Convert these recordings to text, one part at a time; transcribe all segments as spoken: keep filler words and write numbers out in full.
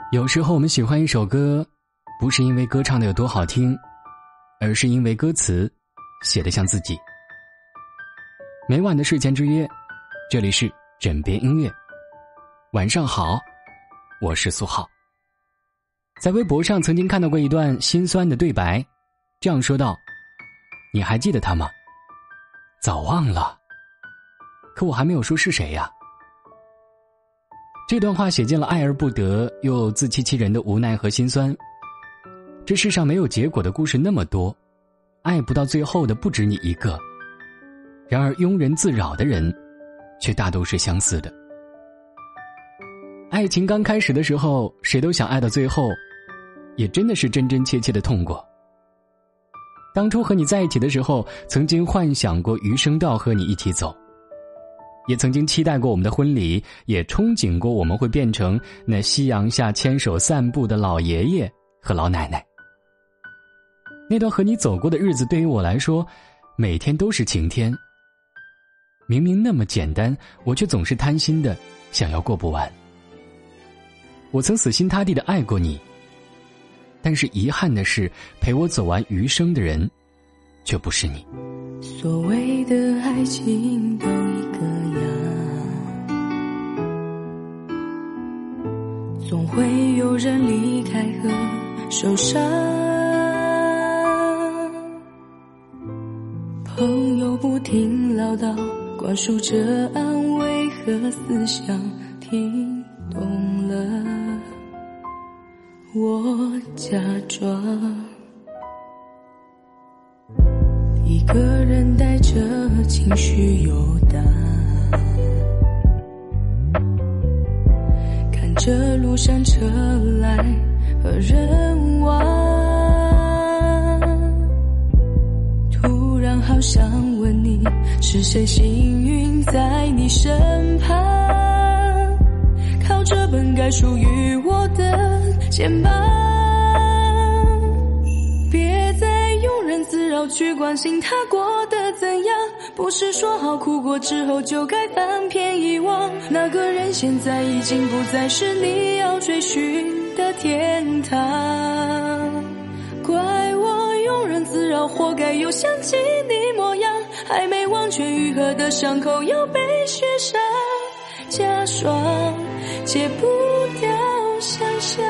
有时候我们喜欢一首歌，不是因为歌唱的有多好听，而是因为歌词写得像自己。每晚的睡前之约，这里是枕边音乐。晚上好，我是苏浩。在微博上曾经看到过一段心酸的对白，这样说道：你还记得他吗？早忘了，可我还没有说是谁呀。这段话写尽了爱而不得又自欺欺人的无奈和心酸。这世上没有结果的故事那么多，爱不到最后的不止你一个，然而庸人自扰的人却大都是相似的。爱情刚开始的时候，谁都想爱到最后，也真的是真真切切的痛过。当初和你在一起的时候，曾经幻想过余生都要和你一起走，也曾经期待过我们的婚礼，也憧憬过我们会变成那夕阳下牵手散步的老爷爷和老奶奶。那段和你走过的日子对于我来说，每天都是晴天。明明那么简单，我却总是贪心的想要过不完。我曾死心塌地的爱过你，但是遗憾的是，陪我走完余生的人却不是你。 所谓的爱情都一个样，总会有人离开和受伤。朋友不停唠叨，灌输着安慰和思想，听懂了我假装，一个人带着情绪游荡，看着路上车来和人往，突然好想问你，是谁幸运在你身旁，靠着本该属于我的肩膀，别再庸人自扰去关心他过得怎样，不是说好哭过之后就该翻篇遗忘，那个人现在已经不再是你要追寻的天堂，怪我庸人自扰，活该又想起你模样，还没完全愈合的伤口又被雪上加霜，戒不掉想象。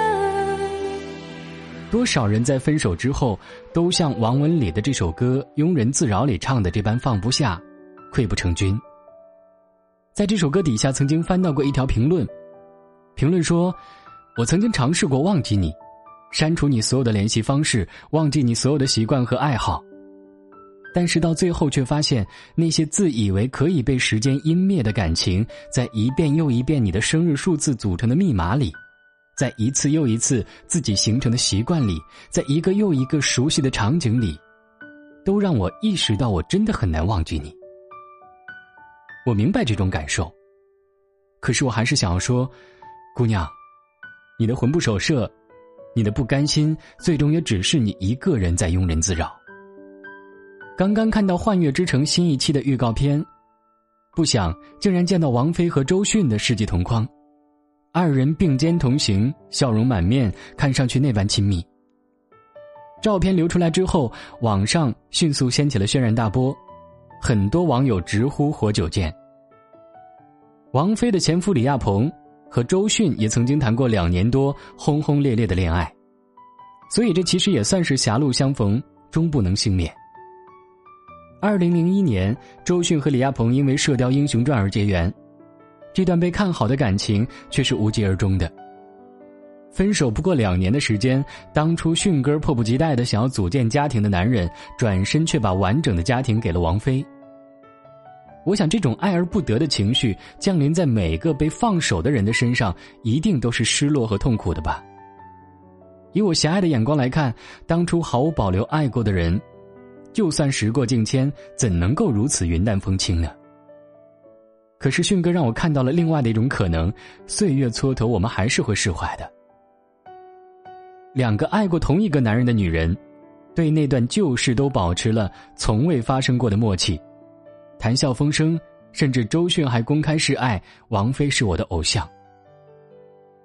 多少人在分手之后都像王文里的这首歌《庸人自扰》里唱的这般放不下，溃不成军。在这首歌底下曾经翻到过一条评论，评论说，我曾经尝试过忘记你，删除你所有的联系方式，忘记你所有的习惯和爱好，但是到最后却发现，那些自以为可以被时间湮灭的感情，在一遍又一遍你的生日数字组成的密码里，在一次又一次自己形成的习惯里，在一个又一个熟悉的场景里，都让我意识到我真的很难忘记你。我明白这种感受，可是我还是想要说，姑娘，你的魂不守舍，你的不甘心，最终也只是你一个人在庸人自扰。刚刚看到《幻乐之城》新一期的预告片，不想竟然见到王菲和周迅的世纪同框，二人并肩同行，笑容满面，看上去那般亲密。照片流出来之后，网上迅速掀起了轩然大波，很多网友直呼活久见。王菲的前夫李亚鹏和周迅也曾经谈过两年多轰轰烈烈的恋爱，所以这其实也算是狭路相逢，终不能幸免。二零零一年，周迅和李亚鹏因为《射雕英雄传》而结缘，这段被看好的感情却是无疾而终的。分手不过两年的时间，当初迅哥迫不及待地想要组建家庭的男人，转身却把完整的家庭给了王菲。我想这种爱而不得的情绪降临在每个被放手的人的身上，一定都是失落和痛苦的吧。以我狭隘的眼光来看，当初毫无保留爱过的人，就算时过境迁，怎能够如此云淡风轻呢？可是迅哥让我看到了另外的一种可能，岁月蹉跎，我们还是会释怀的。两个爱过同一个男人的女人，对那段旧事都保持了从未发生过的默契，谈笑风生，甚至周迅还公开示爱，王菲是我的偶像。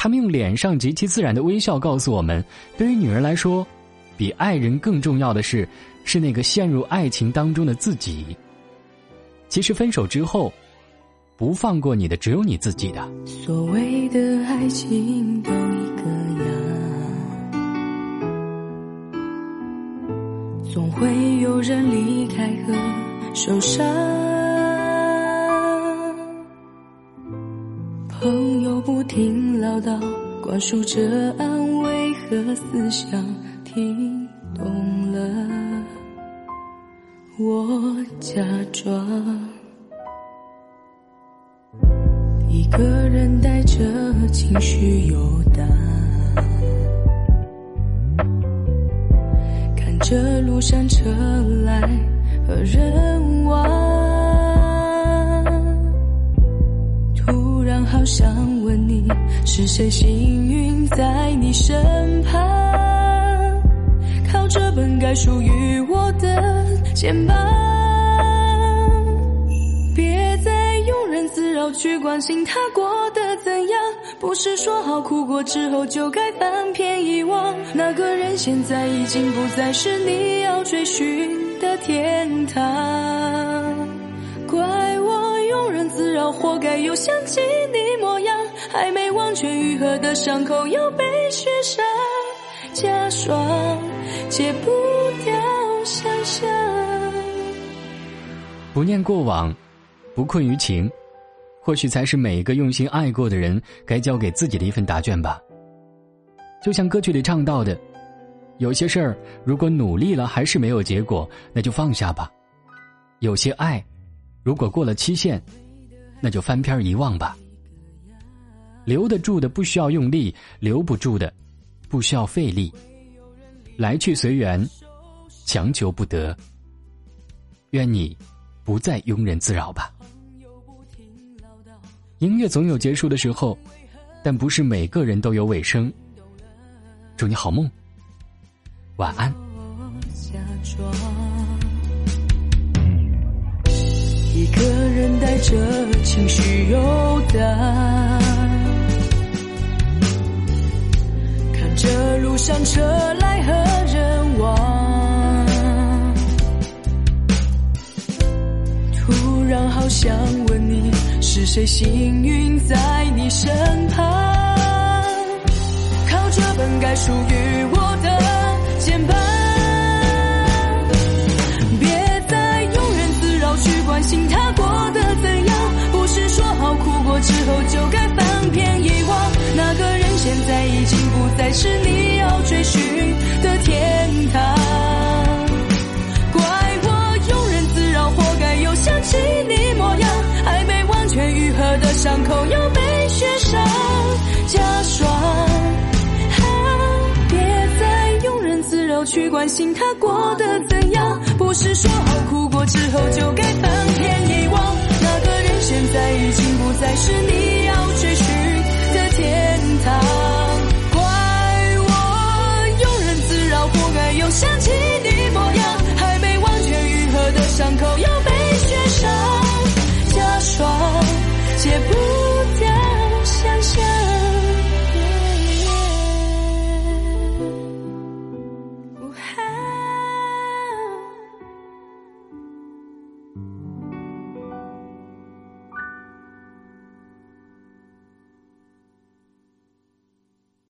他们用脸上极其自然的微笑告诉我们，对于女人来说，比爱人更重要的是是那个陷入爱情当中的自己。其实分手之后，不放过你的只有你自己的。 所谓的爱情都一个样，总会有人离开和受伤。朋友不停唠叨，灌输着安慰和思想，听懂了，我假装一个人带着情绪游荡，看着路上车来和人往，突然好想问你，是谁幸运在你身旁，靠着本该属于我的肩膀。别再庸人自扰去关心他过得怎样，不是说好哭过之后就该翻篇遗忘，那个人现在已经不再是你要追寻的天堂。怪我庸人自扰，活该又想起你模样，还没完全愈合的伤口又被雪上加霜，戒不掉想象。 不念过往，不困于情，或许才是每一个用心爱过的人该交给自己的一份答卷吧。就像歌曲里唱到的，有些事儿如果努力了还是没有结果，那就放下吧。有些爱如果过了期限，那就翻篇遗忘吧。留得住的不需要用力，留不住的不需要费力，来去随缘，强求不得。愿你不再庸人自扰吧。音乐总有结束的时候，但不是每个人都有尾声。祝你好梦，晚安。 一个人带着情绪游荡，看着路上车来和人往，突然好想问你，是谁幸运在你身旁，靠着本该属于我的肩膀。别再庸人自扰去关心他过得怎样，不是说好哭过之后就该翻篇遗忘，那个人现在已经不再是你要追寻的天堂。怪我庸人自扰，活该又想起你模样，还没完全愈合的伤口又被雪上加霜。啊，别再庸人自扰去关心他过得怎样，不是说好哭过之后就该翻篇遗忘，那个人现在已经不再是你要追寻